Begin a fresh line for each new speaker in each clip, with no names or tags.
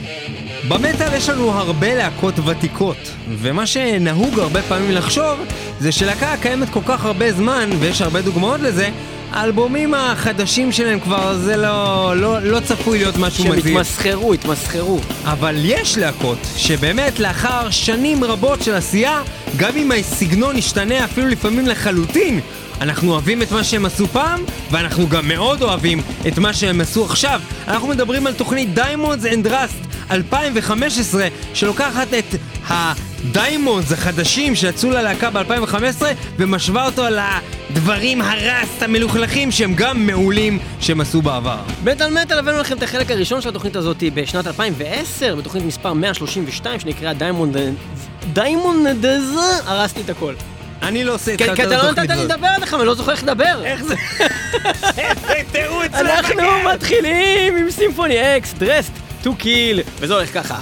במטל יש לנו הרבה להקות ותיקות, ומה שנהוג הרבה פעמים לחשוב זה שלהקה קיימת כל כך הרבה זמן, ויש הרבה דוגמאות לזה, האלבומים החדשים שלהם כבר זה לא צפוי להיות משהו מזהיר.
התמסחרו.
אבל יש להקות שבאמת לאחר שנים רבות של עשייה, גם אם הסגנון ישתנה אפילו לפעמים לחלוטין, אנחנו אוהבים את מה שהם עשו פעם, ואנחנו גם מאוד אוהבים את מה שהם עשו עכשיו. אנחנו מדברים על תוכנית Diamonds and Rust 2015, שלוקחת את הדיימונדס החדשים שיצאו ללהקה ב-2015 ומשווה אותו לדברים הרסט המלוכלכים שהם גם מעולים שהם עשו בעבר.
מטל הבאנו לכם את החלק הראשון של התוכנית הזאת בשנת 2010, בתוכנית מספר 132 שנקרא דיימונדס. הרסתי את הכל.
אני לא עושה את התוכנית הזאת.
כי אתה לא נתת לי לדבר עליך, אני לא זוכר איך לדבר.
איך זה? תירוץ.
אנחנו מתחילים עם סימפוני אקס, Dressed to Kill, וזה הולך ככה.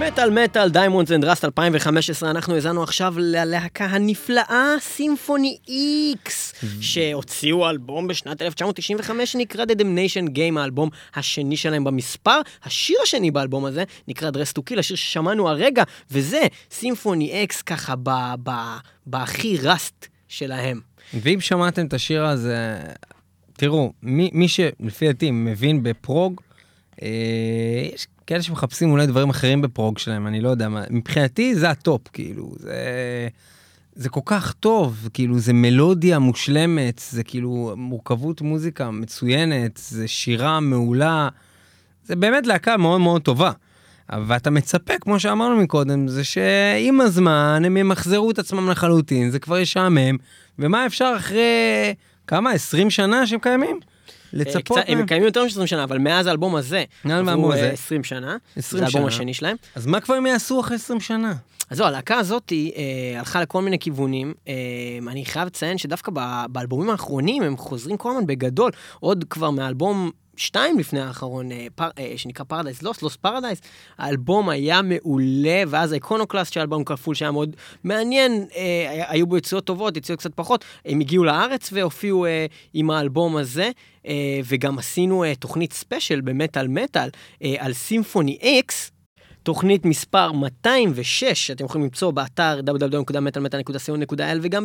מטל מטל דיימונדס אנד ראסט 2015, אנחנו הזנו עכשיו ללהקה הנפלאה סימפוני איקס, שהוציאו אלבום בשנת 1995 שנקרא The Damnation Game, האלבום השני שלהם במספר. השיר השני באלבום הזה נקרא Dress to Kill, השיר ששמענו הרגע, וזה סימפוני איקס ככה בהכי ראסט שלהם.
ואם שמעתם את השיר הזה, תראו, מי שלפי דעתי מבין בפרוג, יש כאלה שמחפשים אולי דברים אחרים בפרוג שלהם, אני לא יודע מה, מבחינתי זה הטופ, כאילו, זה כל כך טוב, כאילו, זה מלודיה מושלמת, זה כאילו מורכבות מוזיקה מצוינת, זה שירה מעולה, זה באמת להקה מאוד מאוד טובה. ואתה מצפה, כמו שאמרנו מקודם, זה שעם הזמן הם ימחזרו את עצמם לחלוטין, זה כבר ישעמם, ומה אפשר אחרי כמה? 20 שנה שהם קיימים? לצפות
הם קיימים יותר מ-20 שנה, אבל מאז האלבום הזה, עברו 20 שנה, זה האלבום השני שלהם.
אז מה כבר הם יעשו אחרי 20 שנה?
אז זו, הלהקה הזאת הלכה לכל מיני כיוונים. אני חייב לציין שדווקא באלבומים האחרונים הם חוזרים כל הזמן בגדול, עוד כבר מהאלבום 2 לפני האחרון, שנקרא Paradise Lost Paradise, האלבום היה מעולה, ואז האיקונוקלאסט של האלבום כפול שהיה מאוד מעניין, היו בו יציאות טובות, יציאות קצת פחות, הם הגיעו לארץ והופיעו עם האלבום הזה, וגם עשינו תוכנית ספיישל במטל מטל על סימפוני איקס, תוכנית מספר 206, שאתם יכולים למצוא באתר www.metalmetal.co.il וגם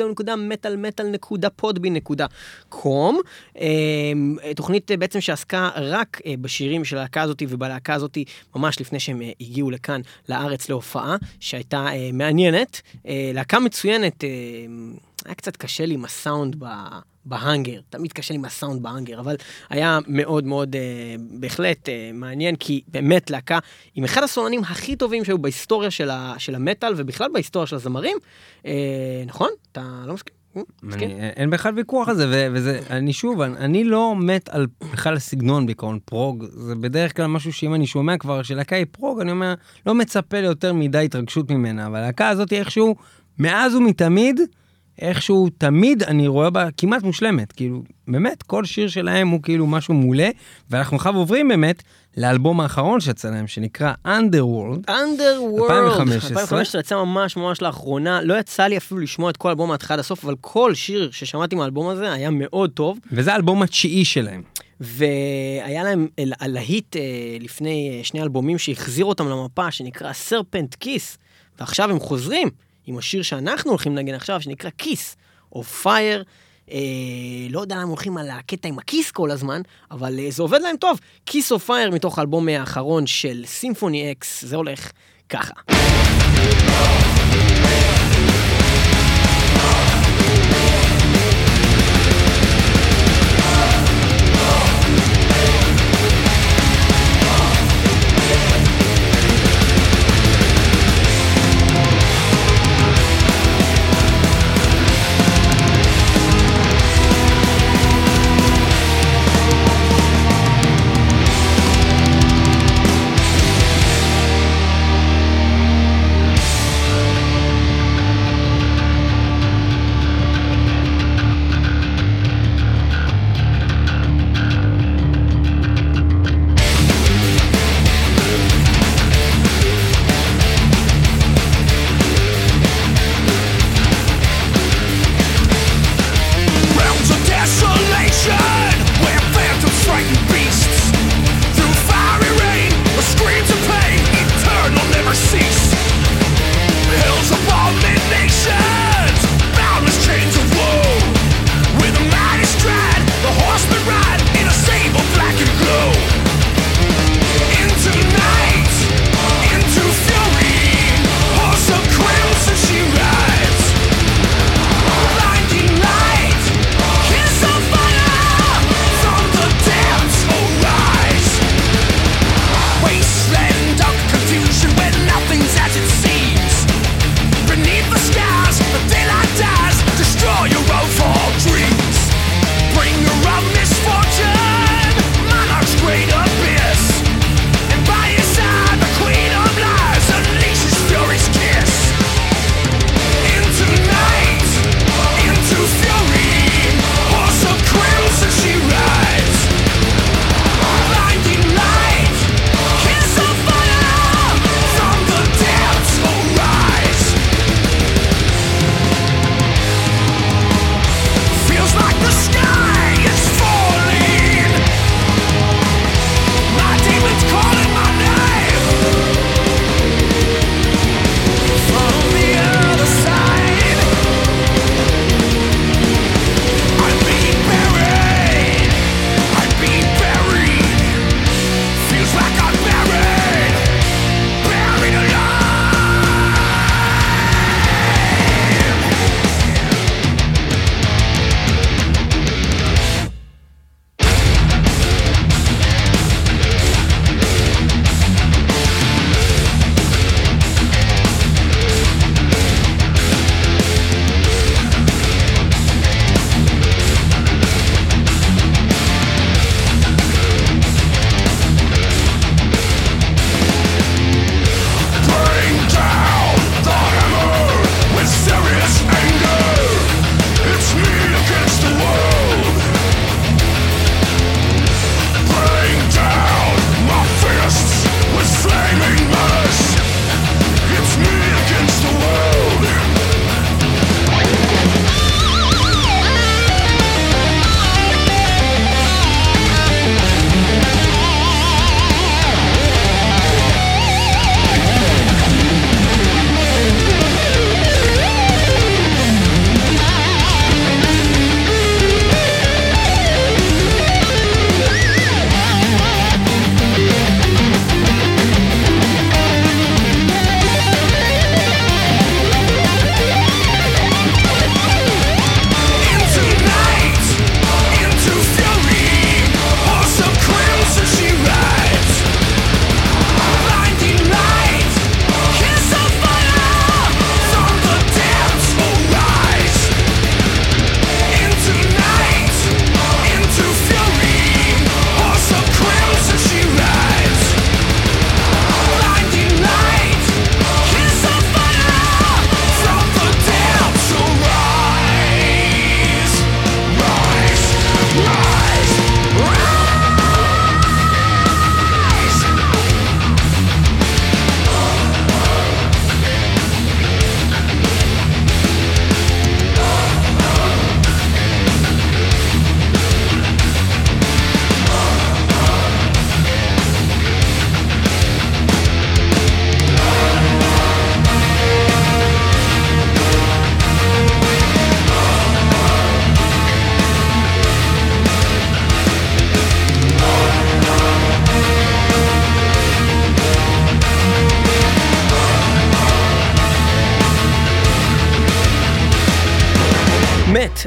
ב-www.metalmetal.podbean.com. תוכנית בעצם שעסקה רק בשירים של הלהקה הזאת, ובלהקה הזאת ממש לפני שהם הגיעו לכאן לארץ להופעה, שהייתה מעניינת. להקה מצוינת, היה קצת קשה לי עם הסאונד בהאנגר, תמיד קשה לי עם הסאונד בהאנגר, אבל היה מאוד מאוד בהחלט מעניין, כי באמת להקה עם אחד הסולנים הכי טובים שהיו בהיסטוריה של המטל, ובכלל בהיסטוריה של הזמרים, נכון? אתה לא מסכים?
אין בכלל ויכוח על זה, וזה, אני לא מת על בכלל הסגנון בעיקרון פרוג, זה בדרך כלל משהו שאם אני שומע כבר שלהקה היא פרוג, אני אומר, לא מצפה ליותר מדי התרגשות ממנה, אבל להקה הזאת איכשהו, מאז ומתמיד, איכשהו תמיד אני רואה בה כמעט מושלמת, כאילו, באמת, כל שיר שלהם הוא כאילו משהו מעולה, ואנחנו עכשיו עוברים באמת לאלבום האחרון שיצא להם, שנקרא Underworld.
2015 יצא ממש ממש לאחרונה, לא יצא לי אפילו לשמוע את כל האלבום מההתחלה עד הסוף, אבל כל שיר ששמעתי מהאלבום הזה היה מאוד טוב.
וזה האלבום התשיעי שלהם.
והיה להם להיט לפני שני אלבומים שהחזיר אותם למפה, שנקרא Serpent Kiss, ועכשיו הם חוזרים עם השיר שאנחנו הולכים לנגן עכשיו, שנקרא Kiss of Fire. לא יודע למה הולכים על הקטע עם הכיס כל הזמן, אבל זה עובד להם טוב. Kiss of Fire מתוך האלבום האחרון של סימפוני אקס, זה הולך ככה.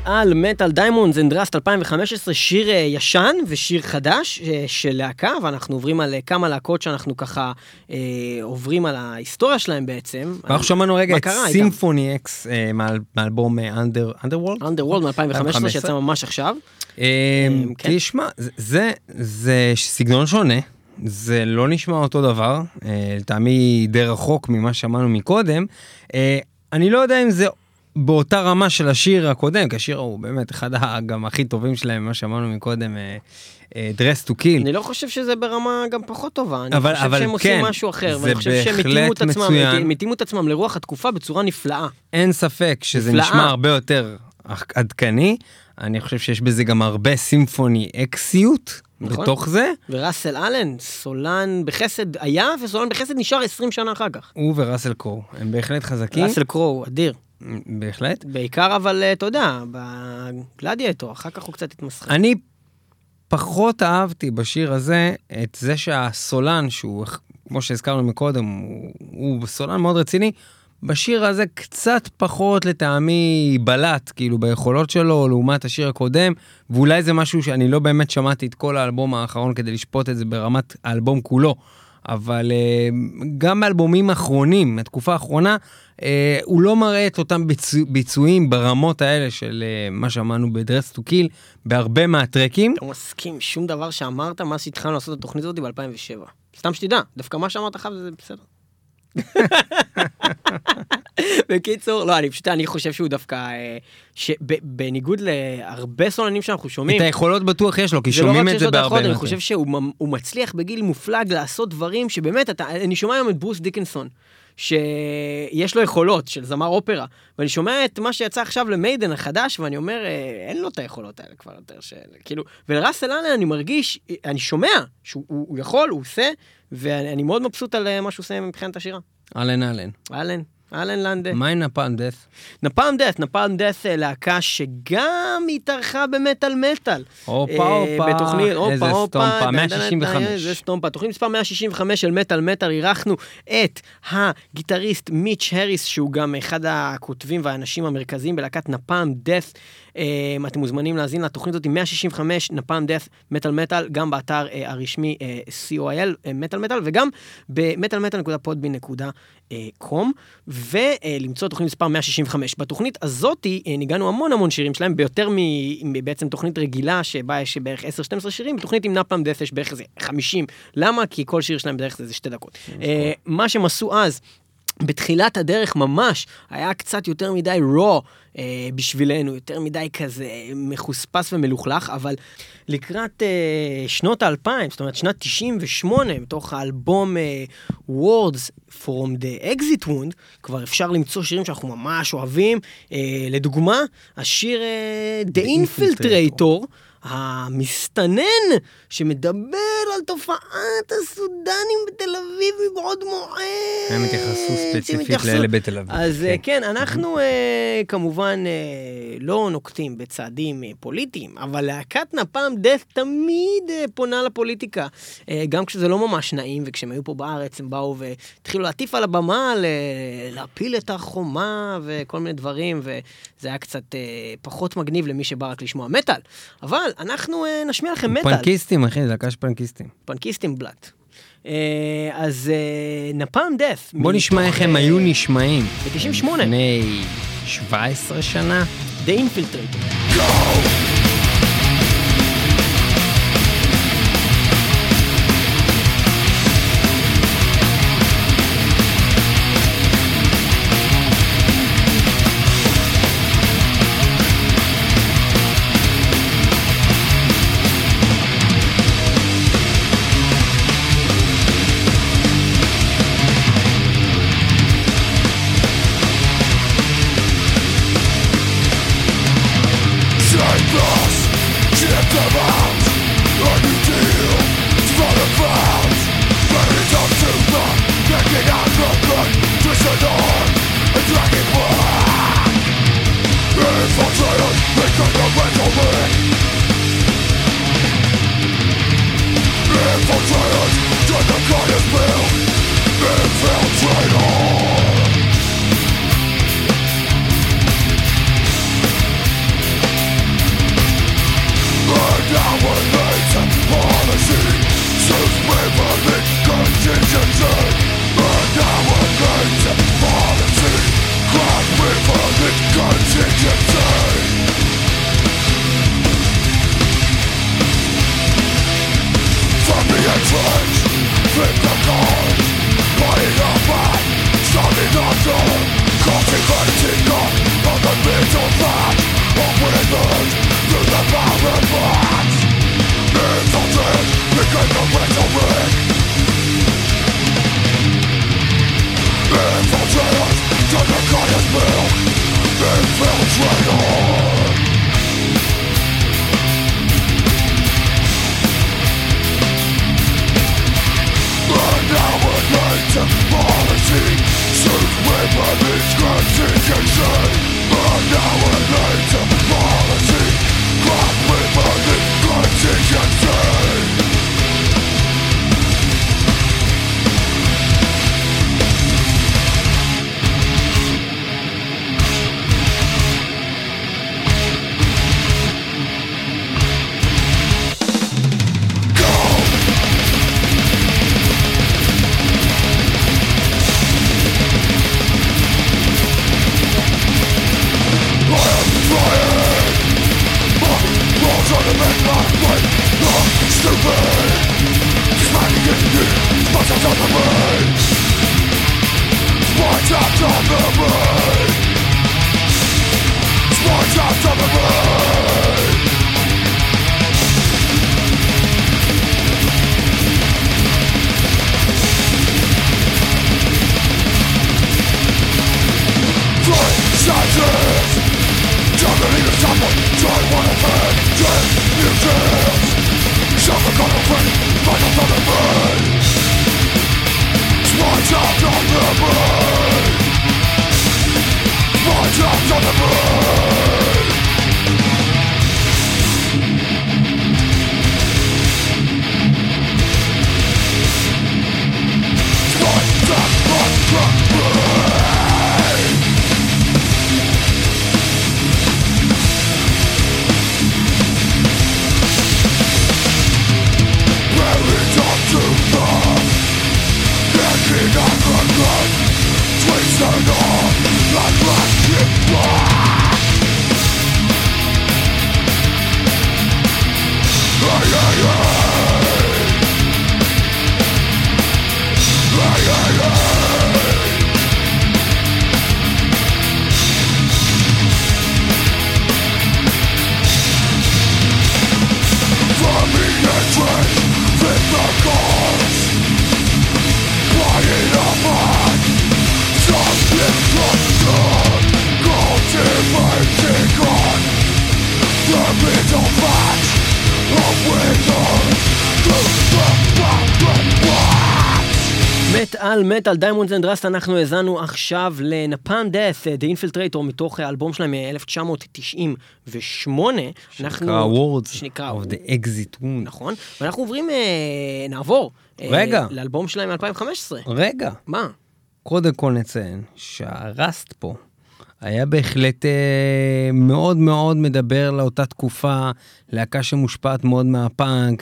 על מטל דיימונדס אנד ראסט 2015, שיר ישן ושיר חדש של להקה, ואנחנו עוברים על כמה להקות שאנחנו ככה עוברים על ההיסטוריה שלהם בעצם.
ואנחנו שמענו רגע את סימפוני אקס מאלבום אנדרוולד?
אנדרוולד מ-2015 שיצא ממש עכשיו.
תשמע, זה סגנון שונה, זה לא נשמע אותו דבר, לטעמי די רחוק ממה שאמרנו מקודם. אני לא יודע אם זה באותה רמה של השיר הקודם, כי השיר הוא באמת אחד גם הכי טובים שלהם, מה שאמרנו מקודם, Dress to Kill.
אני לא חושב שזה ברמה גם פחות טובה, אני
אבל,
חושב שהם עושים
כן,
משהו אחר, ואני חושב שהם התאימו את עצמם לרוח התקופה בצורה נפלאה.
אין ספק שזה
נפלאה.
נשמע הרבה יותר עדכני, אני חושב שיש בזה גם הרבה סימפוני אקסיות,
נכון.
בתוך זה.
וראסל אלן, סולן בחסד היה, וסולן בחסד נשאר 20 שנה אחר כך.
הוא וראסל קרו, הם בהחלט חזקים.
ראסל קרו, אדיר.
בהחלט.
בעיקר אבל, אתה יודע, בגלדיאטור, אחר כך הוא קצת התמסחר.
אני פחות אהבתי בשיר הזה את זה שהסולן, שהוא, כמו שהזכרנו מקודם, הוא סולן מאוד רציני, בשיר הזה קצת פחות לטעמי בלט, כאילו ביכולות שלו, לעומת השיר הקודם, ואולי זה משהו שאני לא באמת שמעתי את כל האלבום האחרון כדי לשפוט את זה ברמת האלבום כולו, אבל גם באלבומים האחרונים, התקופה האחרונה, הוא לא מראה את אותם ביצועים ברמות האלה של מה שאמרנו ב-Dress to Kill, בהרבה מהטרקים.
לא מסכים, שום דבר שאמרת, מה שהתחלנו לעשות את התוכנית הזאת ב-2007. סתם שתדע, דווקא מה שאמרת לך זה בסדר. בקיצור, לא, אני חושב שהוא דווקא, בניגוד להרבה סולנים שאנחנו שומעים,
את היכולות בטוח יש לו, כי שומעים את זה בהרבה.
אני חושב שהוא מצליח בגיל מופלג לעשות דברים שבאמת, אני שומע היום את ברוס דיקנסון, שיש לו יכולות של זמר אופרה, ואני שומע את מה שיצא עכשיו למיידן החדש, ואני אומר, אין לו את היכולות האלה כבר יותר, כאילו, ולראסל אלן אני מרגיש, אני שומע שהוא יכול, הוא עושה, ואני מאוד מבסוט על מה שהוא עושה מבחינת השירה. אלן לנדה.
מה עם נפאלם דאת'?
נפאלם דאת' להקה שגם התארחה במטל מטל.
הופה, איזה סטומפה, 165.
זה סטומפה, תוכנית מספר 165 של מטל מטל, אירחנו את הגיטריסט מיץ' הריס, שהוא גם אחד הכותבים והאנשים המרכזיים בלהקת נפאלם דאת'. אתם מוזמנים להזין לתוכנית הזאת 165 נפאלם דאת' מטל מטל, גם באתר הרשמי COIL מטל מטל, וגם ב-metalmetal.podbean.com, ולמצוא תוכנית מספר 165. בתוכנית הזאת ניגענו המון שירים שלהם, ביותר מבעצם תוכנית רגילה, שבה יש בערך 10-12 שירים, בתוכנית עם נפאלם דאת' יש בערך 50. למה? כי כל שיר שלהם בערך זה 2 דקות. מה שהם עשו אז, בתחילת הדרך ממש, היה קצת יותר מדי raw בשבילנו, יותר מדי כזה מחוספס ומלוכלך, אבל לקראת שנות ה-2000, זאת אומרת שנת 98, מתוך האלבום Words from the Exit Wound, כבר אפשר למצוא שירים שאנחנו ממש אוהבים, לדוגמה, השיר The Infiltrator, המסתנן שמדבר על תופעת הסודנים בתל אביב מבעוד מועד.
הם התייחסו ספציפית לאלה בתל אביב.
אז כן, אנחנו כמובן לא נוקטים בצעדים פוליטיים, אבל להקת נפאלם דאת' תמיד פונה לפוליטיקה. גם כשזה לא ממש נעים, וכשהם היו פה בארץ הם באו והתחילו להטיף על הבמה, להפיל את החומה וכל מיני דברים, וזה היה קצת פחות מגניב למי שבא רק לשמוע מטל. אבל אנחנו נשמיע לכם מטל.
פנקיסטים, אחי, זה לקש פנקיסטים.
פנקיסטים בלט. אז נפאלם דאת'.
בוא נשמע איך הם היו נשמעים.
ב-98.
לפני 17 שנה.
The Infiltrator. Go!
Take
מטל דיימונדס אנד ראסט, אנחנו הזנו עכשיו לנפאלם דאת' The Infiltrator מתוך האלבום שלהם מ-1998.
שנקרא Words of the Exit Wound.
נכון, ואנחנו עוברים, נעבור לאלבום שלהם מ-2015.
רגע.
מה?
קודם כל נציין שהראסט פה היה בהחלט מאוד מאוד מדבר לאותה תקופה, להקה שמושפעת מאוד מהפאנק,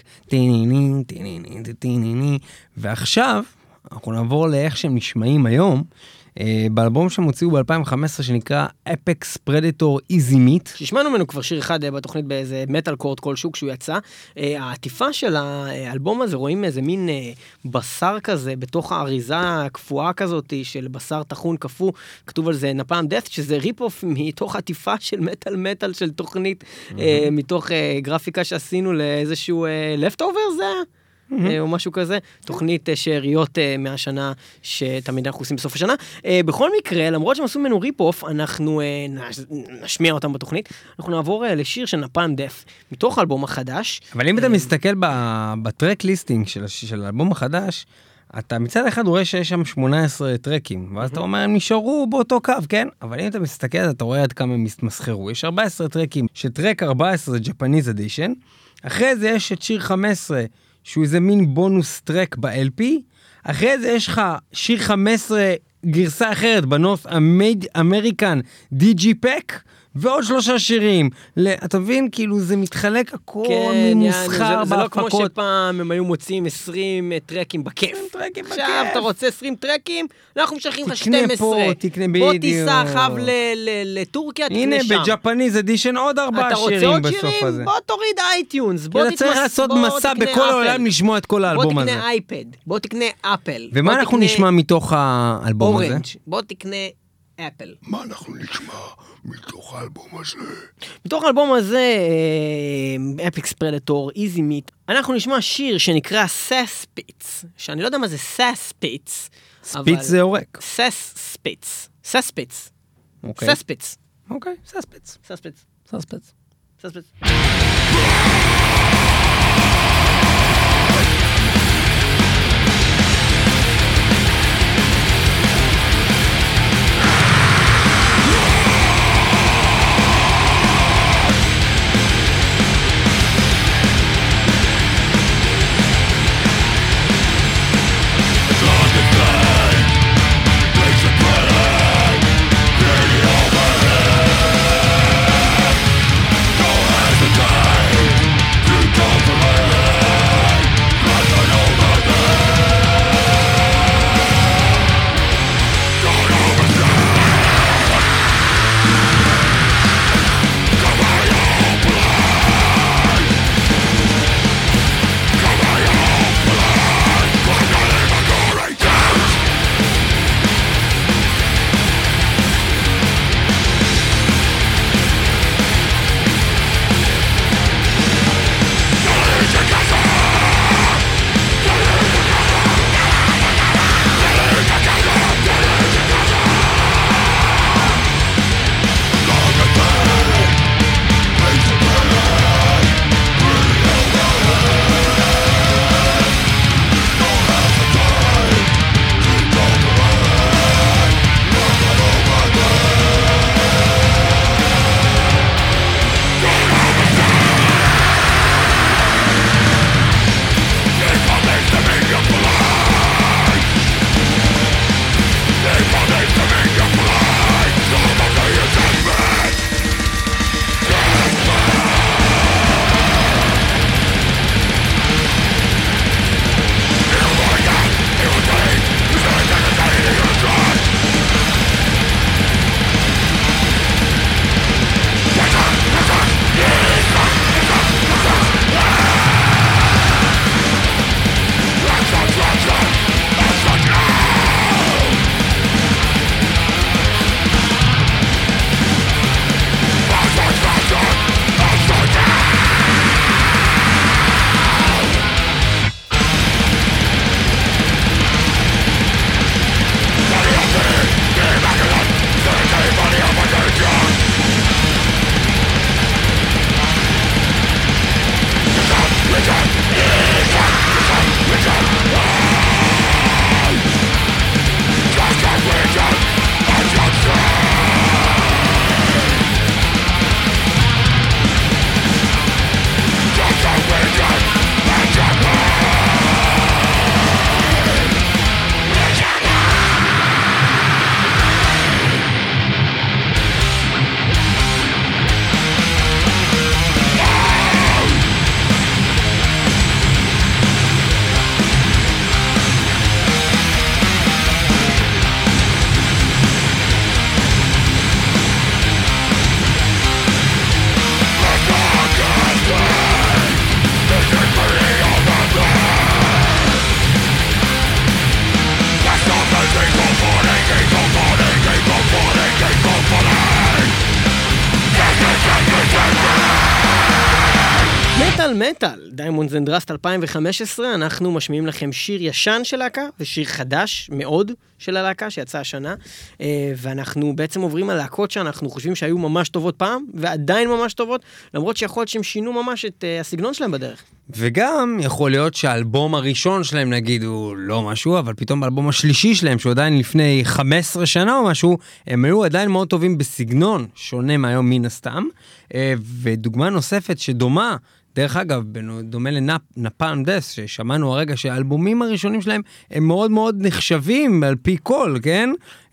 ועכשיו אנחנו נעבור לאיך שהם נשמעים היום, באלבום שהם הוציאו ב-2015 שנקרא Apex Predator Easy Meat.
ששמענו ממנו כבר שיר אחד בתוכנית באיזה מטל קורט כלשהו כשהוא יצא. העטיפה של האלבום הזה, רואים איזה מין בשר כזה בתוך האריזה הקפואה כזאת של בשר תחון קפוא, כתוב על זה נפאלם דאת' שזה ריפ-אוף מתוך עטיפה של מטל של תוכנית, מתוך גרפיקה שעשינו לאיזשהו leftover זה? או משהו כזה, תוכנית שאריות מהשנה שתמיד אנחנו עושים בסוף השנה. בכל מקרה, למרות שהם עשו ממנו ריפ-אוף, אנחנו נשמיע אותם בתוכנית, אנחנו נעבור לשיר של נפאלם דאת' מתוך האלבום החדש.
אבל אם אתה מסתכל בטרק ליסטינג של האלבום החדש, אתה מצד אחד רואה שיש שם 18 טרקים, ואז אתה אומר, הם נשארו באותו קו, כן? אבל אם אתה מסתכל, אתה רואה עד כמה הם מסחרו. יש 14 טרקים, שטרק 14 זה ג'פניז אדישן, אחרי זה יש את שיר 15, שהוא איזה מין בונוס טרק ב-LP, אחרי זה יש לך שיר 15 גרסה אחרת בנוף אמריקן דיג'י-פק, ועוד 3 שירים. אתה מבין, כאילו זה מתחלק הכל ממוסחר בהפקות.
זה לא כמו שפעם הם היו מוצאים 20 טרקים בכיף. עכשיו אתה רוצה 20 טרקים, אנחנו משלחים לך 12.
תקנה פה, תקנה בדיוק.
בוא תיסע אחר לטורקיה, תקנה שם.
הנה, בג'פניז אדישן עוד 4 שירים בסוף הזה. אתה רוצה עוד שירים?
בוא תוריד אייטיונס.
אתה צריך לעשות מסע בכל העולם לשמוע את כל האלבום הזה.
בוא תקנה אייפד, בוא תקנה אפל.
ומה אנחנו נשמע מתוך האלבום הזה?
בוא תקנה אפל.
מה אנחנו נשמע מתוך האלבום הזה?
מתוך האלבום הזה, Apex Predator, Easy Meat, אנחנו נשמע שיר שנקרא סספיץ, שאני לא יודע מה זה סספיץ.
ספיץ זה עורק.
סספיץ. סספיץ. סספיץ.
אוקיי, סספץ.
סספץ. מטל, דיימונדס אנד ראסט 2015, אנחנו משמיעים לכם שיר ישן של להקה, ושיר חדש מאוד של הלהקה שיצא השנה, ואנחנו בעצם עוברים על להקות שאנחנו חושבים שהיו ממש טובות פעם, ועדיין ממש טובות, למרות שיכול להיות שהם שינו ממש את הסגנון שלהם בדרך.
וגם יכול להיות שהאלבום הראשון שלהם נגיד הוא לא משהו, אבל פתאום באלבום השלישי שלהם, שהוא עדיין לפני 15 שנה או משהו, הם היו עדיין מאוד טובים בסגנון, שונה מהיום מן הסתם, ודוגמה נוספת שדומה, דרך אגב, דומה לנפאלם דס, ששמענו הרגע שהאלבומים הראשונים שלהם הם מאוד מאוד נחשבים על פי כל, כן?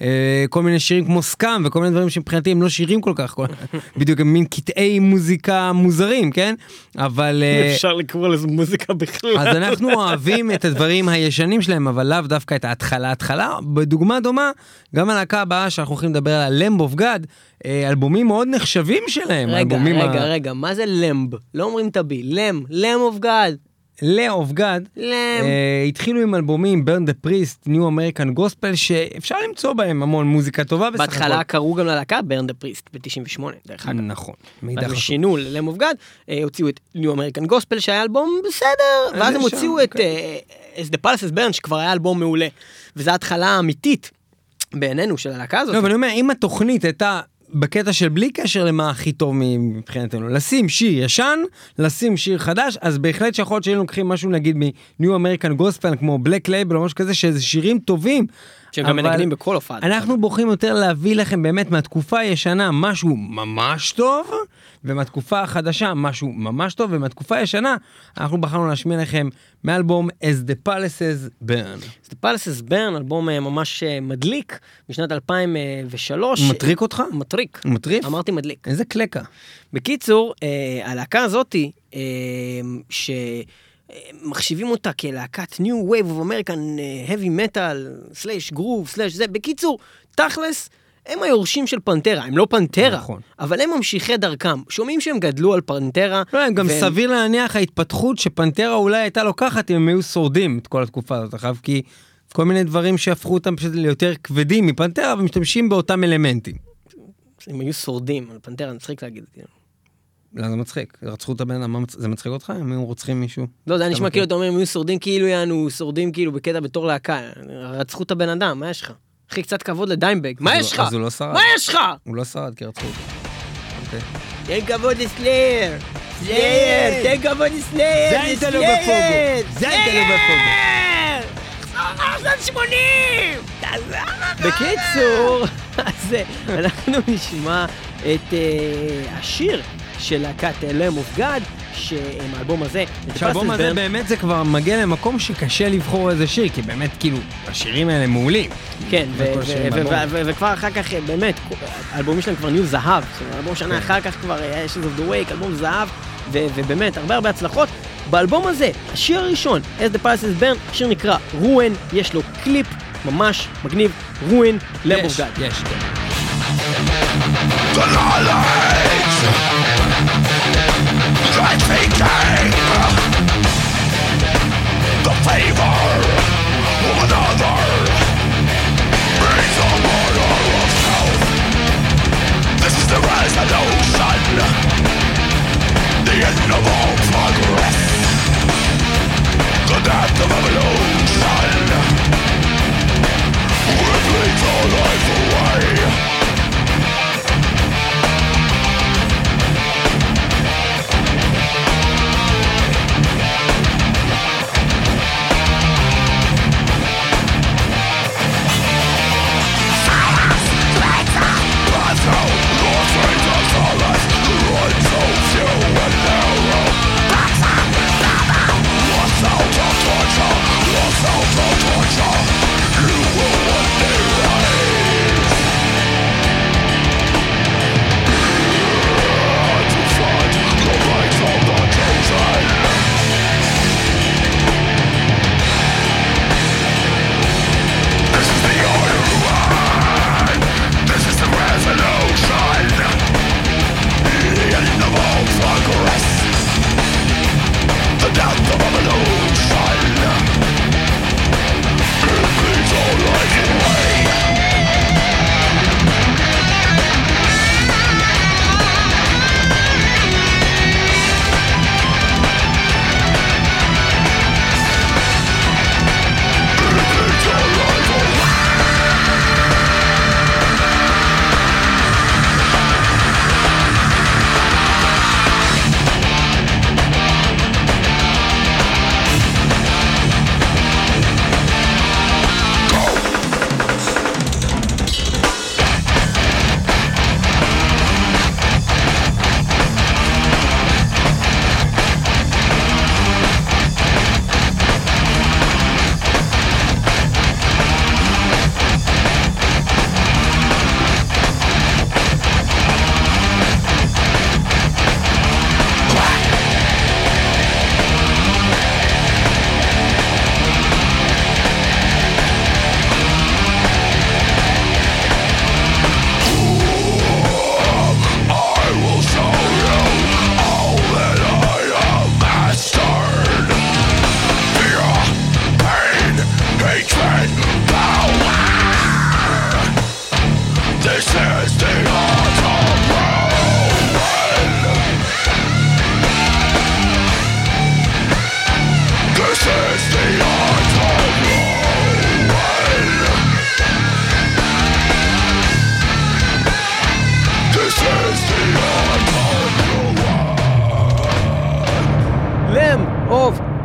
כל מיני שירים כמו סקאם וכל מיני דברים שמבחינתי הם לא שירים כל כך, בדיוק הם מין קטעי מוזיקה מוזרים, כן? אבל...
אפשר לקרוא לזה מוזיקה בכלל.
אז אנחנו אוהבים את הדברים הישנים שלהם, אבל לאו דווקא את ההתחלה. בדוגמה דומה, גם הלהקה הבאה שאנחנו הולכים לדבר על Lamb of God, אלבומים מאוד נחשבים שלהם.
רגע, מה זה למב? לא אומרים תבי, Lamb of God.
Lamb of God. התחילו עם אלבומים Burn the Priest, New American Gospel, שאפשר למצוא בהם המון מוזיקה טובה.
בהתחלה קראו גם ללהקה Burn the Priest ב-98, דרך אגב.
נכון.
אז שינו ל-Lamb of God, הוציאו את New American Gospel שהיה אלבום בסדר, ואז הם הוציאו את As the Palaces Burn, שכבר היה אלבום מעולה. וזו ההתחלה האמיתית בעינינו של הלהקה הזאת.
לא, אבל אני אומר, אם התוכנית הייתה בקטע של בלי קשר למה הכי טוב מבחינתנו, לשים שיר ישן, לשים שיר חדש, אז בהחלט שיכול להיות שהיינו לוקחים משהו נגיד מ-New American Gospel, כמו Black Label או משהו כזה, שזה שירים טובים.
שגם מנגנים בכל הופעה.
אנחנו בוחרים יותר להביא לכם באמת מהתקופה הישנה משהו ממש טוב, ומהתקופה החדשה משהו ממש טוב, ומהתקופה הישנה אנחנו בחרנו להשמיע לכם מאלבום As the Palaces Burn.
As the Palaces Burn, אלבום ממש מדליק, משנת 2003.
מטריק אותך?
מטריק.
מטריף?
אמרתי מדליק.
איזה קלקה.
בקיצור, הלהקה הזאת, מחשיבים אותה כלהקת New Wave of American Heavy Metal, /Groove, זה, בקיצור, תכלס, הם היורשים של פנטרה, הם לא פנטרה,
נכון.
אבל הם ממשיכי דרכם, שומעים שהם גדלו על פנטרה.
לא, הם גם סביר להניח ההתפתחות שפנטרה אולי הייתה לוקחת אם הם היו שורדים את כל התקופה הזאת, אחר כי כל מיני דברים שהפכו אותם פשוט ליותר כבדים מפנטרה, ומשתמשים באותם אלמנטים.
הם היו שורדים, על פנטרה, נצחיק להגיד את זה.
לא, זה מצחיק. רצחו את הבן אדם, זה מצחיק אותך? הם היו רוצחים מישהו?
לא, זה נשמע כאילו, אתה אומר, הם היו שורדים כאילו יענו, שורדים כאילו בקטע בתור להקה. רצחו את הבן אדם, מה יש לך? אחי, קצת כבוד לדיימבג. מה יש לך?
אז הוא לא שרד.
מה יש לך?
הוא לא שרד, כי רצחו אותו.
תן כבוד לסלייר. סלייר, תן כבוד לסלייר.
זה היית לו בפוגו. זה היית לו בפוגו.
בקיצור, אז אנחנו נשמע את השיר של להקת Lamb of God, שהאלבום הזה,
שהאלבום הזה באמת זה כבר מגיע למקום שקשה לבחור איזה שיר, כי באמת כאילו השירים האלה מעולים.
כן, וכבר אחר כך באמת, האלבומים שלהם כבר נהיו זהב, האלבום שנה אחר כך כבר Ashes of the Wake, אלבום זהב, ובאמת הרבה הצלחות. באלבום הזה, השיר הראשון, As the Palaces Burn, השיר נקרא Ruin, יש לו קליפ ממש מגניב, Ruin, Lamb of God.
יש, כן.
The knowledge that they gain, the favor of another brings the murder of self. This is the resolution, the end of all progress, the death of evolution, which leads our life away.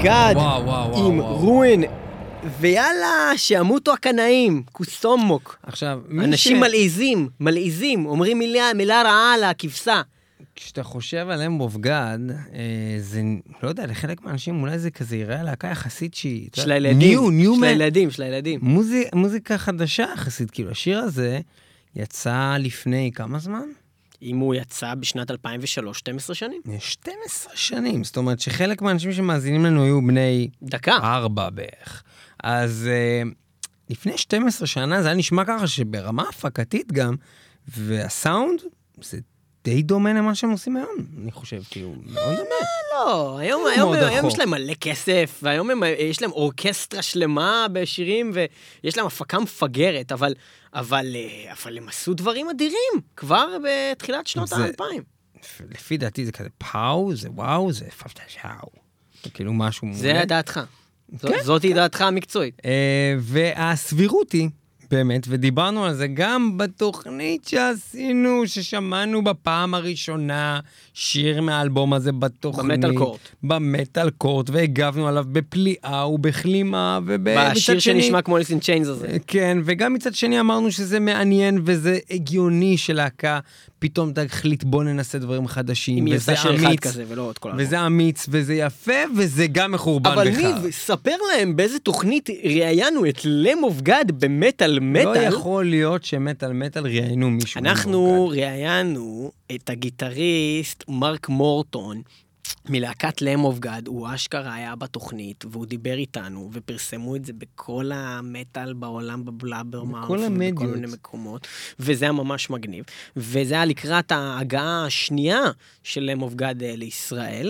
God
וואו, וואו, וואו,
עם
וואו.
רואין, ויאללה, שימותו הקנאים, קוסומוק.
עכשיו,
אנשים מלעיזים, אומרים מילה רעה על הכבשה.
כשאתה חושב על Lamb of God, זה, לא יודע, לחלק מהאנשים אולי זה כזה יראה להקה יחסית שהיא...
של הילדים.
מוזיקה חדשה יחסית, כאילו השיר הזה יצא לפני כמה זמן?
אם הוא יצא בשנת 2003, 12 שנים?
12 שנים, זאת אומרת שחלק מהאנשים שמאזינים לנו היו בני...
דקה.
4 בערך. אז לפני 12 שנה זה היה נשמע ככה שברמה הפקתית גם, והסאונד זה די דומה למה שהם עושים היום, אני חושב, כאילו, מאוד דומה.
לא, היום יש להם מלא כסף, והיום יש להם אורקסטרה שלמה בשירים, ויש להם הפקה מפגרת, אבל הם עשו דברים אדירים, כבר בתחילת שנות ה-2000.
לפי דעתי זה כזה פאו, זה וואו, זה פפטה שאו. זה כאילו משהו מולה.
זה דעתך. זאת דעתך המקצועית.
והסבירות היא, באמת, ודיברנו על זה גם בתוכנית שעשינו, ששמענו בפעם הראשונה שיר מהאלבום הזה בתוכנית.
במטל קורט.
במטל קורט, והגבנו עליו בפליאה ובכלימה,
בשיר שנשמע כמו ליסין צ'יינס הזה.
כן, וגם מצד שני אמרנו שזה מעניין וזה הגיוני שלהקה פתאום תחליט בוא ננסה דברים חדשים.
אם יצא שיר אחד כזה ולא עוד כל
וזה אמיץ, וזה יפה, וזה גם מחורבן
אבל
בך.
ניב, ספר להם באיזה תוכנית ראיינו את Lamb of God במטל מטל.
לא יכול להיות שמטל מטל ראיינו מישהו.
אנחנו ראיינו את הגיטריסט מרק מורטון, מלהקת Lamb of God, הוא אשכרה היה בתוכנית, והוא דיבר איתנו, ופרסמו את זה בכל המטל בעולם, בבלאבר מארף,
בכל המדיות.
בכל מיני מקומות, וזה היה ממש מגניב. וזה היה לקראת ההגעה השנייה של Lamb of God לישראל,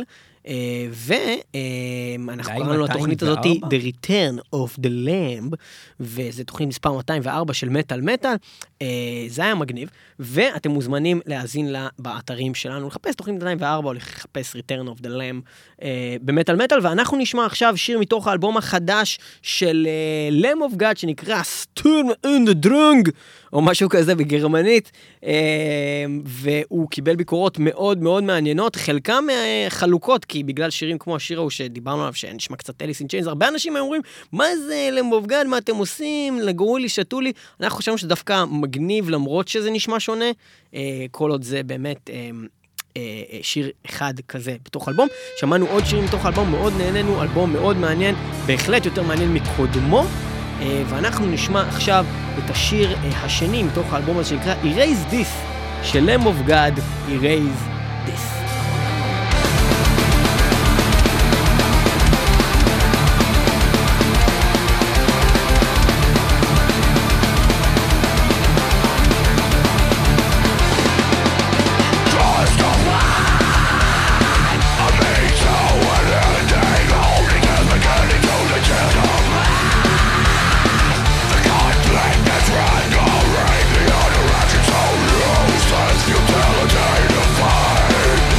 ואנחנו קראנו לתוכנית הזאת The Return of the Lamb, וזה תוכנית מספר 204 של מטל מטל, זה היה מגניב, ואתם מוזמנים להאזין לה באתרים שלנו, לחפש תוכנית 204 או לחפש Return of the Lamb במטל מטל, ואנחנו נשמע עכשיו שיר מתוך האלבום החדש של Lamb of God, שנקרא Sturm in the Drung, או משהו כזה בגרמנית, והוא קיבל ביקורות מאוד מאוד מעניינות, חלקם חלוקות, כי בגלל שירים כמו השיר ההוא שדיברנו עליו, שנשמע קצת אליס אין צ'יינס, הרבה אנשים אומרים, מה זה Lamb of God, מה אתם עושים, לגרו לי, שתו לי, אנחנו חושבים שדווקא מגניב, למרות שזה נשמע שונה, כל עוד זה באמת שיר אחד כזה בתוך אלבום. שמענו עוד שירים בתוך אלבום, מאוד נהנינו, אלבום מאוד מעניין, בהחלט יותר מעניין מקודמו, ואנחנו נשמע עכשיו את השיר השני מתוך האלבום הזה שנקרא Erase This של Lamb of God, Erase This.
Futility to fight.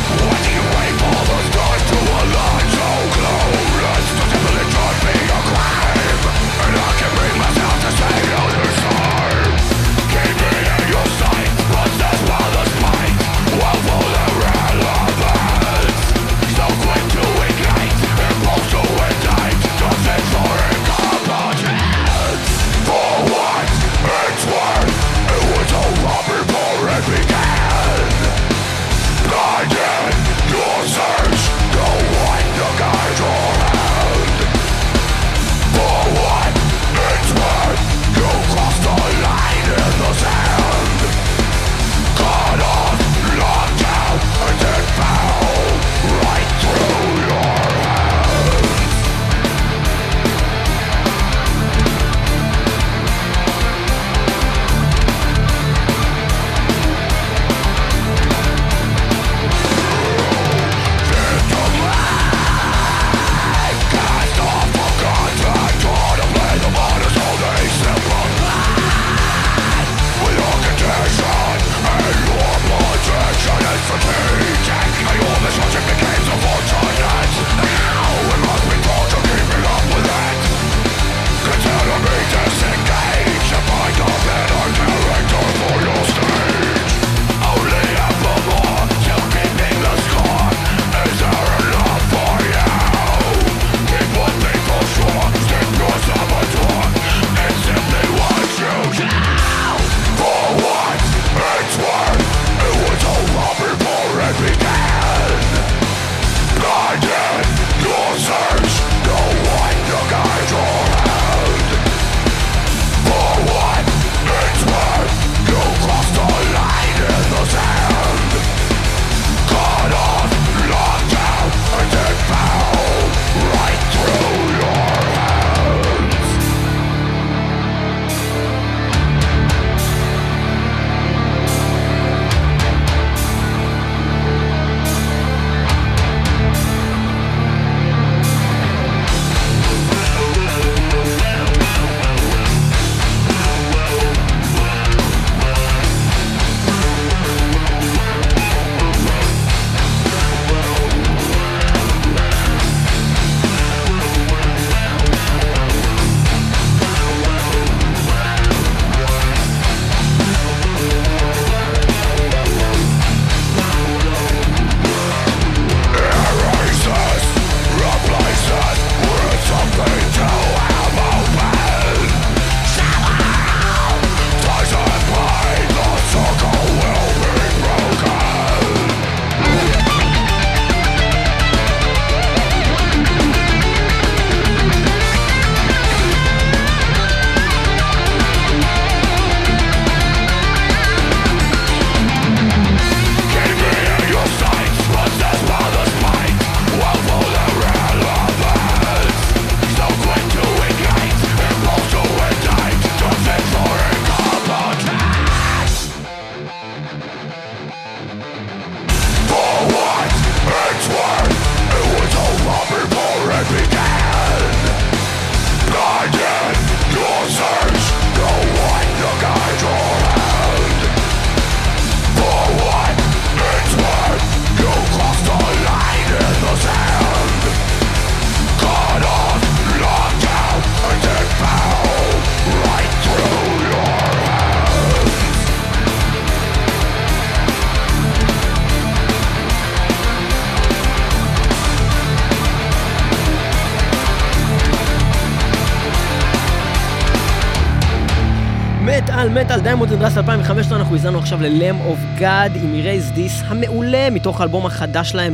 מטל דיימונד אנד ראסט 2005, אנחנו הזנו עכשיו ל-Lamb of God עם Erase This המעולה מתוך האלבום החדש שלהם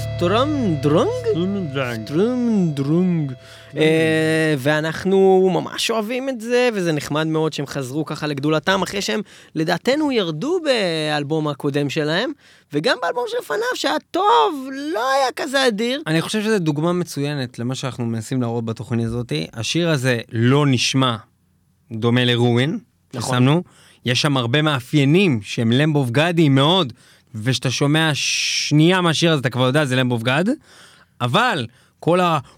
סטרומדרונג, ואנחנו ממש אוהבים את זה, וזה נחמד מאוד שהם חזרו ככה לגדולתם אחרי שהם לדעתנו ירדו באלבום הקודם שלהם, וגם באלבום שלפניו שהיה טוב, לא היה כזה אדיר.
אני חושב שזו דוגמה מצוינת למה שאנחנו מנסים להראות בתוכנית הזאת. השיר הזה לא נשמע דומה לרואין, ששמנו, יש שם הרבה מאפיינים שהם Lamb of God מאוד, ושאתה שומע שנייה מהשיר הזה, אתה כבר יודע, זה Lamb of God, אבל כל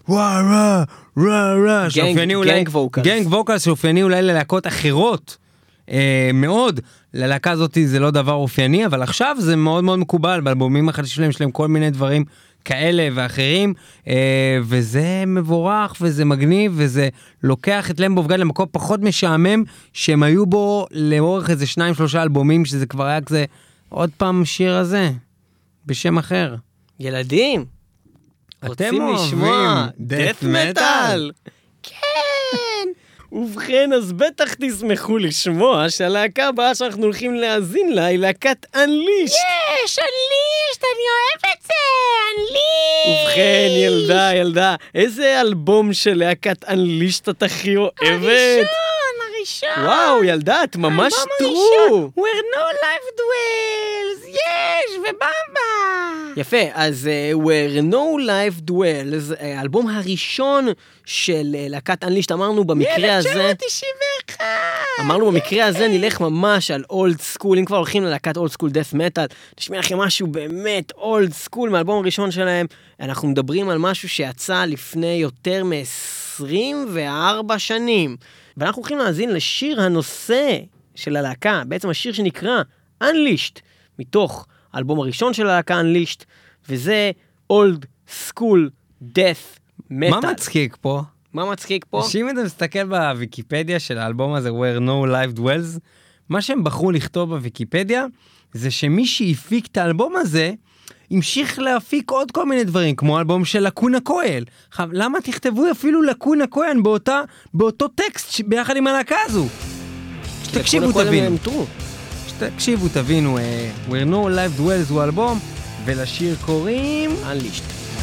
גנג ווקלס שאופייני אולי ללהקות אחרות, מאוד, ללהקה הזאת זה לא דבר אופייני, אבל עכשיו זה מאוד מאוד מקובל, באלבומים החדשים שלהם, יש להם כל מיני דברים כאלה ואחרים, וזה מבורך, וזה מגניב, וזה לוקח את Lamb of God למקום פחות משעמם, שהם היו בו לאורך איזה 2-3 אלבומים, שזה כבר היה כזה, עוד פעם שיר הזה, בשם אחר.
ילדים, רוצים לשמוע death metal? כן! ובכן, אז בטח תשמחו לשמוע שהלהקה הבאה שאנחנו הולכים להאזין לה היא להקת Unleashed.
יש, Unleashed, אני אוהב את זה, Unleashed.
ובכן, ילדה, איזה אלבום של להקת Unleashed את הכי אוהבת?
הראשון.
וואו, ילדה, את ממש טרו.
Where no life dwells, יש, ובמבה.
יפה, אז Where No Life Dwells, האלבום הראשון של להקת Unleashed, אמרנו במקרה הזה...
1991.
אמרנו במקרה הזה נלך ממש על אולד סקול, אם כבר הולכים ללהקת אולד סקול דף מטל, נשמע לכם משהו באמת אולד סקול מהאלבום הראשון שלהם, אנחנו מדברים על משהו שיצא לפני יותר מ-24 שנים, ואנחנו הולכים להאזין לשיר הנושא של הלהקה, בעצם השיר שנקרא Unleashed, מתוך האלבום הראשון של הלהקה Unleashed, וזה אולד סקול דף מטל.
מה מצחיק פה?
מה מצחיק פה?
שאם אתה מסתכל בוויקיפדיה של האלבום הזה, Where No Life Dwells, מה שהם בחרו לכתוב בוויקיפדיה, זה שמי שהפיק את האלבום הזה, המשיך להפיק עוד כל מיני דברים, כמו האלבום של לקונה כהן. למה תכתבו אפילו לקונה כהן באותו טקסט ביחד עם הלהקה הזו? שתקשיבו תבינו. שתקשיבו תבינו, Where No Life Dwells הוא האלבום, ולשיר קוראים...
Unleashed.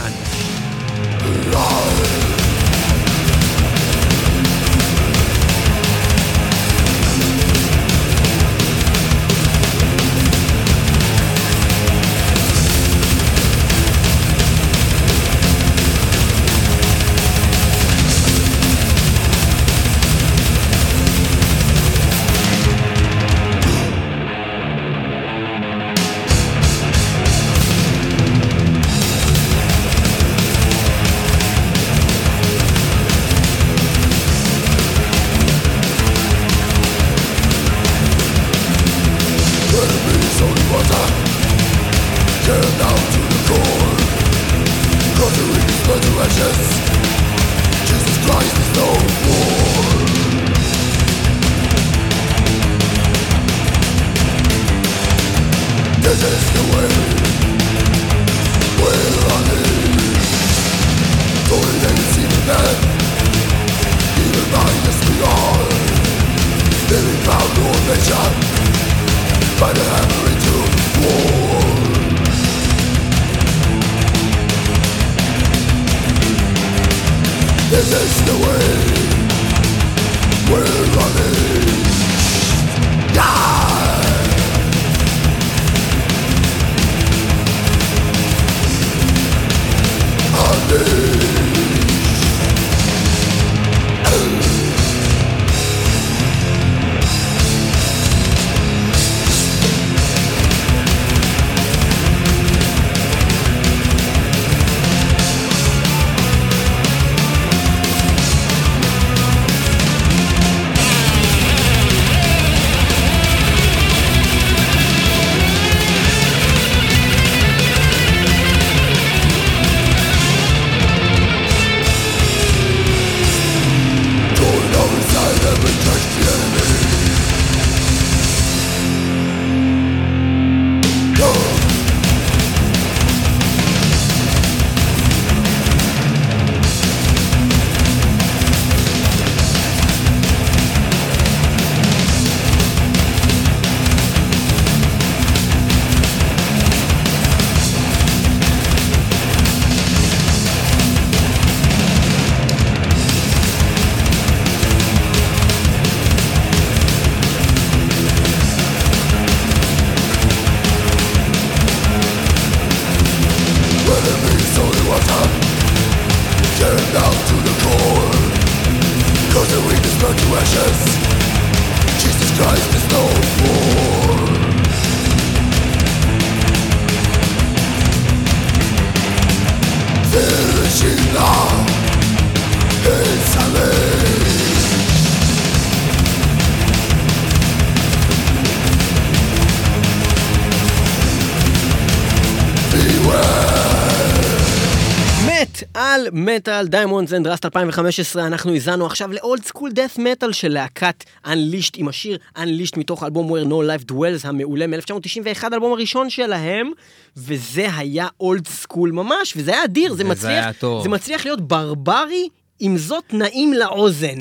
על מטל דיימונדס אנד ראסט 2015, אנחנו הזנו עכשיו לאולד סקול דאט מטל של להקת Unleashed עם השיר Unleashed מתוך האלבום Where No Life Dwells המעולה מ-1991, האלבום הראשון שלהם, וזה היה אולד סקול ממש, וזה היה אדיר, זה מצליח להיות ברברי, עם זאת נעים לאוזן.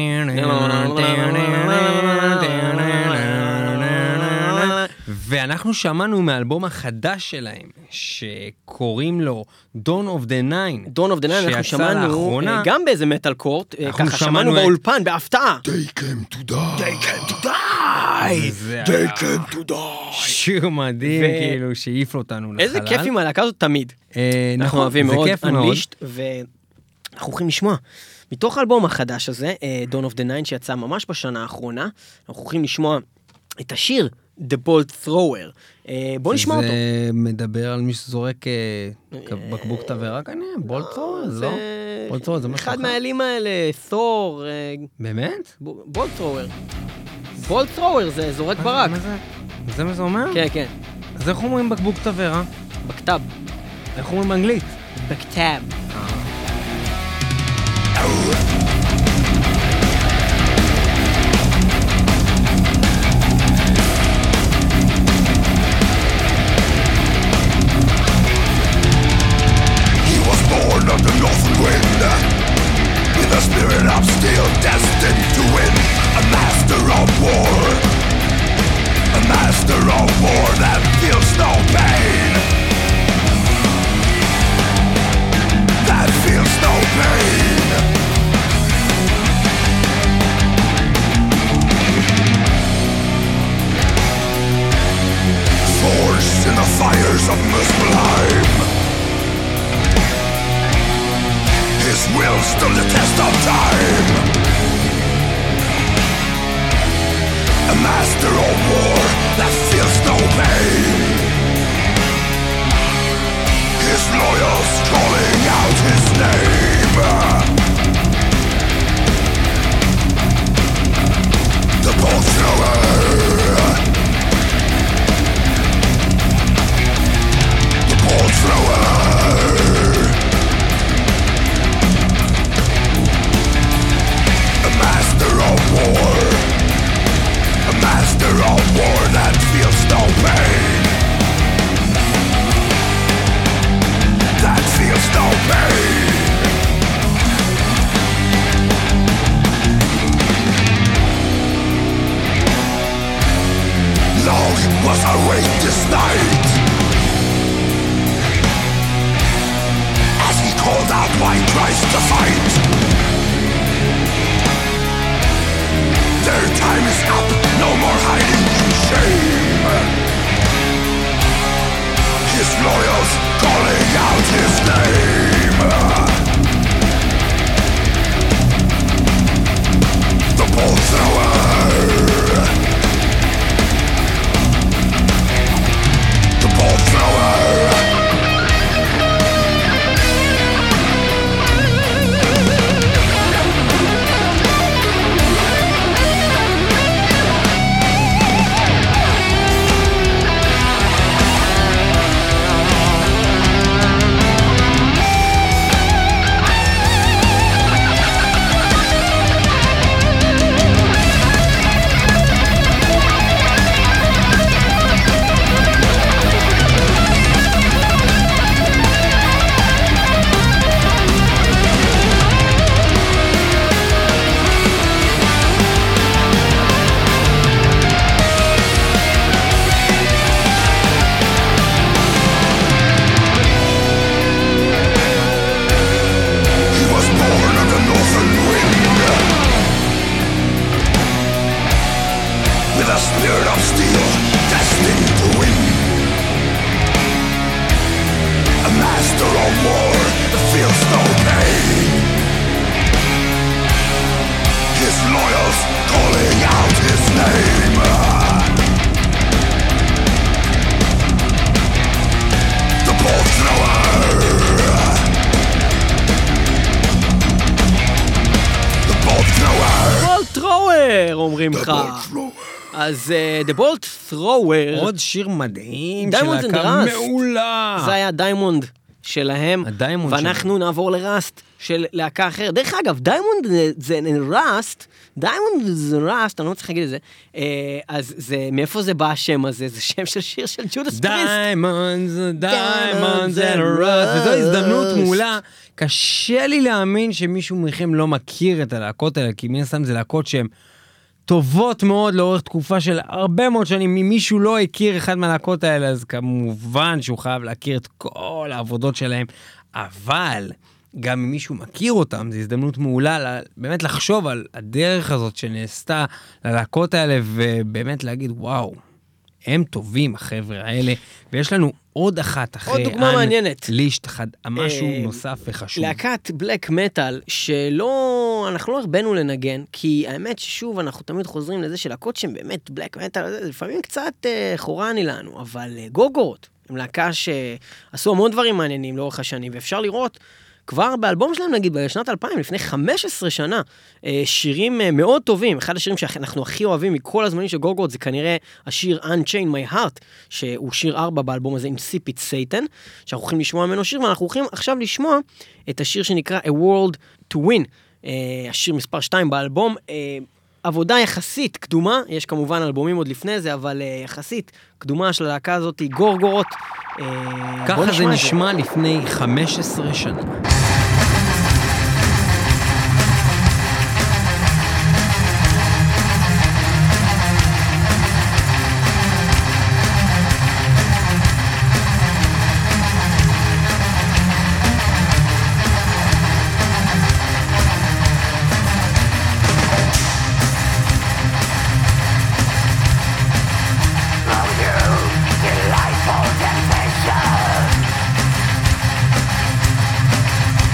ואנחנו שמענו מהאלבום החדש שלהם, שקוראים לו Dawn of the Nine.
Dawn of the Nine, אנחנו שמענו גם באיזה מטל קורט, ככה שמענו באולפן, בהפתעה.
They came to die.
They came to die.
They came to die.
שיר מדהים, כאילו, שאיף אותנו לחלל.
איזה כיף עם הלהקה הזאת תמיד. אנחנו אוהבים מאוד Unleashed, ואנחנו הולכים לשמוע. מתוך האלבום החדש הזה, Dawn of the Nine, שיצא ממש בשנה האחרונה, אנחנו הולכים לשמוע את השיר The Bolt Thrower. בוא נשמע אותו.
זה מדבר על מי שזורק בקבוק תבערה כנראה? בולט ת'רואר? לא? בולט ת'רואר זה משהו אחר.
אחד מהאלים האלה, ת'ור.
באמת?
בולט ת'רואר. בולט ת'רואר זה זורק ברק.
זה מה זה אומר?
כן, כן.
אז איך אומרים בקבוק תבערה?
בכתב.
איך אומרים באנגלית?
בכתב.
Of the northern wind, with a spirit of steel destined to win. A master of war, a master of war that feels no pain, that feels no pain. Forged in the fires of Muspelheim, his will stood the test of time. A master of war that feels no pain. His loyals calling out his name. The bolt thrower. The bolt thrower. Master of war, a master of war that feels no pain, that feels no pain. Long was our wait this night, as he called out white Christ to fight. Their time is up, no more hiding in shame. His loyals calling out his name. The bolt thrower. The bolt thrower.
אומרים לך. אז The Bolt Thrower.
עוד שיר מדהים של להקה מעולה.
זה היה דיימונד שלהם,
הדיימונד
ואנחנו נעבור לראסט של להקה אחרת. דרך אגב, דיימונד זה ראסט, דיימונד זה ראסט, אני לא צריך להגיד את זה, אז מאיפה זה בא השם הזה? זה שם של שיר של ג'ודס פריסט.
דיימונדס and ראסט, וזו הזדמנות מעולה. קשה לי להאמין שמישהו מכם לא מכיר את הלהקות האלה, כי מן הסתם זה להקות שהן טובות מאוד לאורך תקופה של הרבה מאוד שנים. אם מישהו לא הכיר אחד מהלהקות האלה, אז כמובן שהוא חייב להכיר את כל העבודות שלהם, אבל גם אם מישהו מכיר אותם, זו הזדמנות מעולה באמת לחשוב על הדרך הזאת שנעשתה ללהקות האלה, ובאמת להגיד, וואו, הם טובים, החבר'ה האלה, ויש לנו עוד אחת אחרי...
עוד דוגמה מעניינת.
לישט, משהו נוסף וחשוב.
להקת בלק מטל, אנחנו לא הרבנו לנגן, כי האמת ששוב, אנחנו תמיד חוזרים לזה שלהקות שהם באמת בלק מטל, זה לפעמים קצת חורני לנו, אבל גורגורות, הם להקה שעשו המון דברים מעניינים לאורך השנים, ואפשר לראות כבר באלבום שלהם, נגיד, בשנת 2000, לפני 15 שנה, שירים מאוד טובים. אחד השירים שאנחנו הכי אוהבים מכל הזמנים של גורגורות, זה כנראה השיר Unchain My Heart, שהוא שיר 4 באלבום הזה עם Sip It Satan, שאנחנו הולכים לשמוע ממנו שיר, ואנחנו הולכים עכשיו לשמוע את השיר שנקרא A World to Win, השיר מספר 2 באלבום, עבודה יחסית קדומה, יש כמובן אלבומים עוד לפני זה, אבל יחסית קדומה של הלהקה הזאת, גורגורות.
ככה זה נשמע לפני 15 שנה.
Delightful temptation.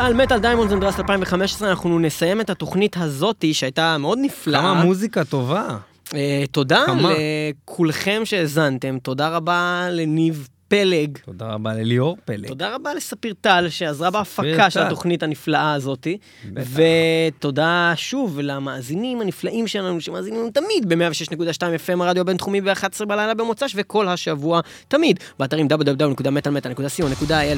ועל מטל דיימונדס אנד ראסט 2015 אנחנו נסיים את התוכנית הזאתי שהייתה מאוד נפלאה.
כמה מוזיקה טובה.
תודה לכולכם שהזנתם, תודה רבה לניב פלג.
תודה רבה לליאור פלג.
תודה רבה לספיר טל שעזרה בהפקה של התוכנית הנפלאה הזאתי. ותודה שוב למאזינים הנפלאים שלנו שמאזינים תמיד ב-106.2 FM הרדיו הבינתחומי ב-11 בלילה במוצ"ש וכל השבוע תמיד באתרים www.metalmetal.co.il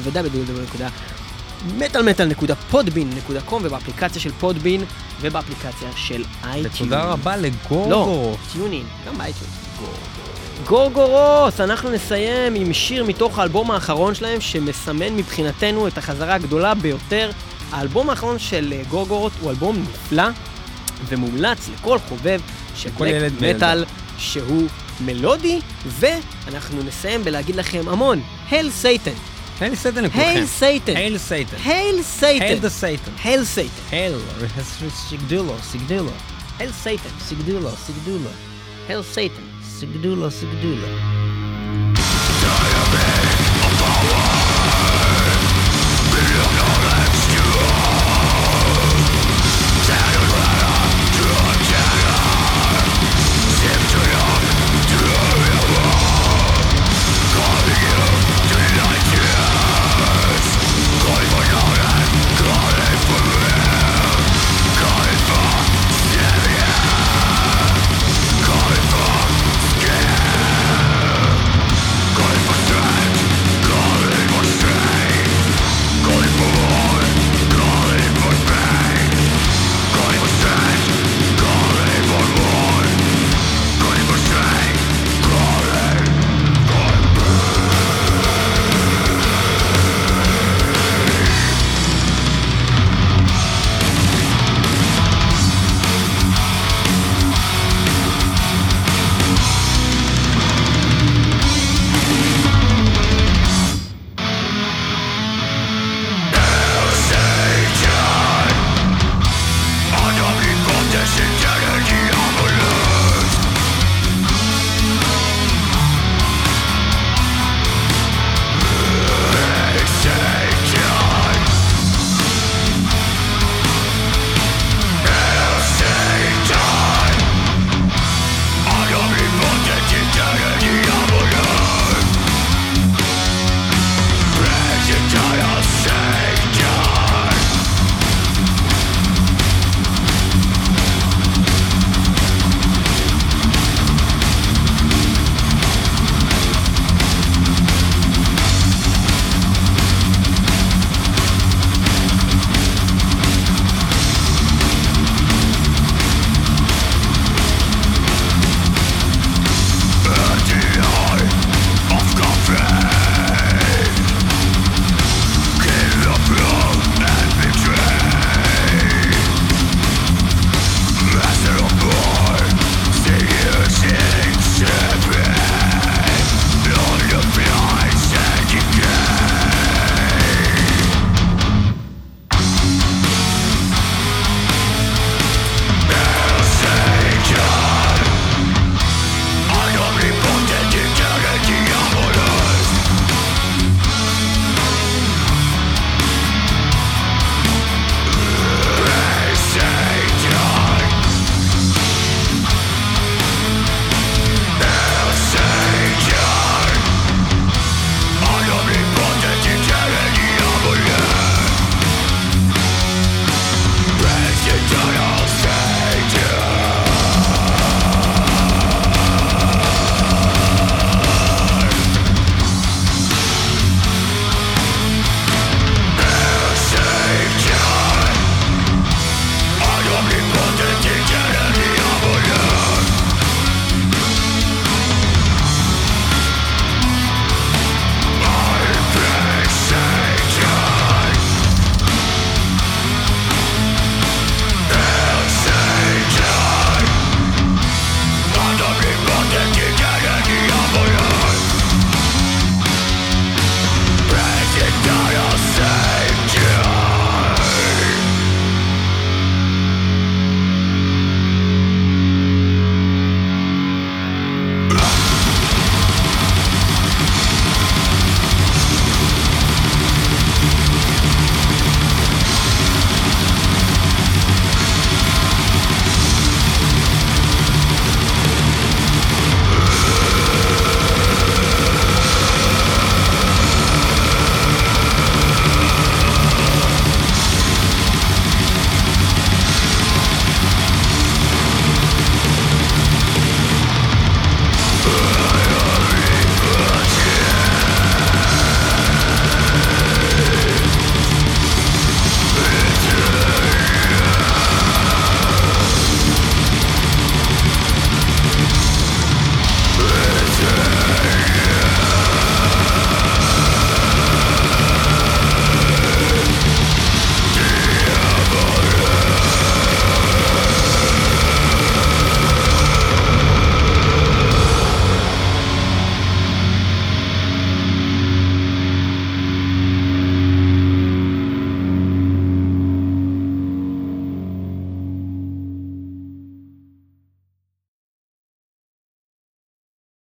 ו-www.metalmetal.podbean.com ובאפליקציה של פודבין ובאפליקציה של אייטיונס.
ותודה רבה לגורגורוס.
לא, טיונין, גם באייטיונס. גורגורוס, אנחנו נסיים עם שיר מתוך האלבום האחרון שלהם שמסמן מבחינתנו את החזרה הגדולה ביותר. האלבום האחרון של גורגורוס הוא אלבום נפלא ומומלץ לכל חובב של בלק מטל שהוא מלודי, ואנחנו נסיים בלהגיד לכם המון, הייל סייטן.
הייל סייטן לכולכם.
הייל סייטן.
הייל סייטן.
הייל סייטן.
הייל דה סייטן.
הייל סייטן.
הייל, סיגדולו, סיגדולו.
הייל סייטן.
סיגדולו, סיגדולו.
הייל סייטן.
סיגדולו, סיגדולו.
Die of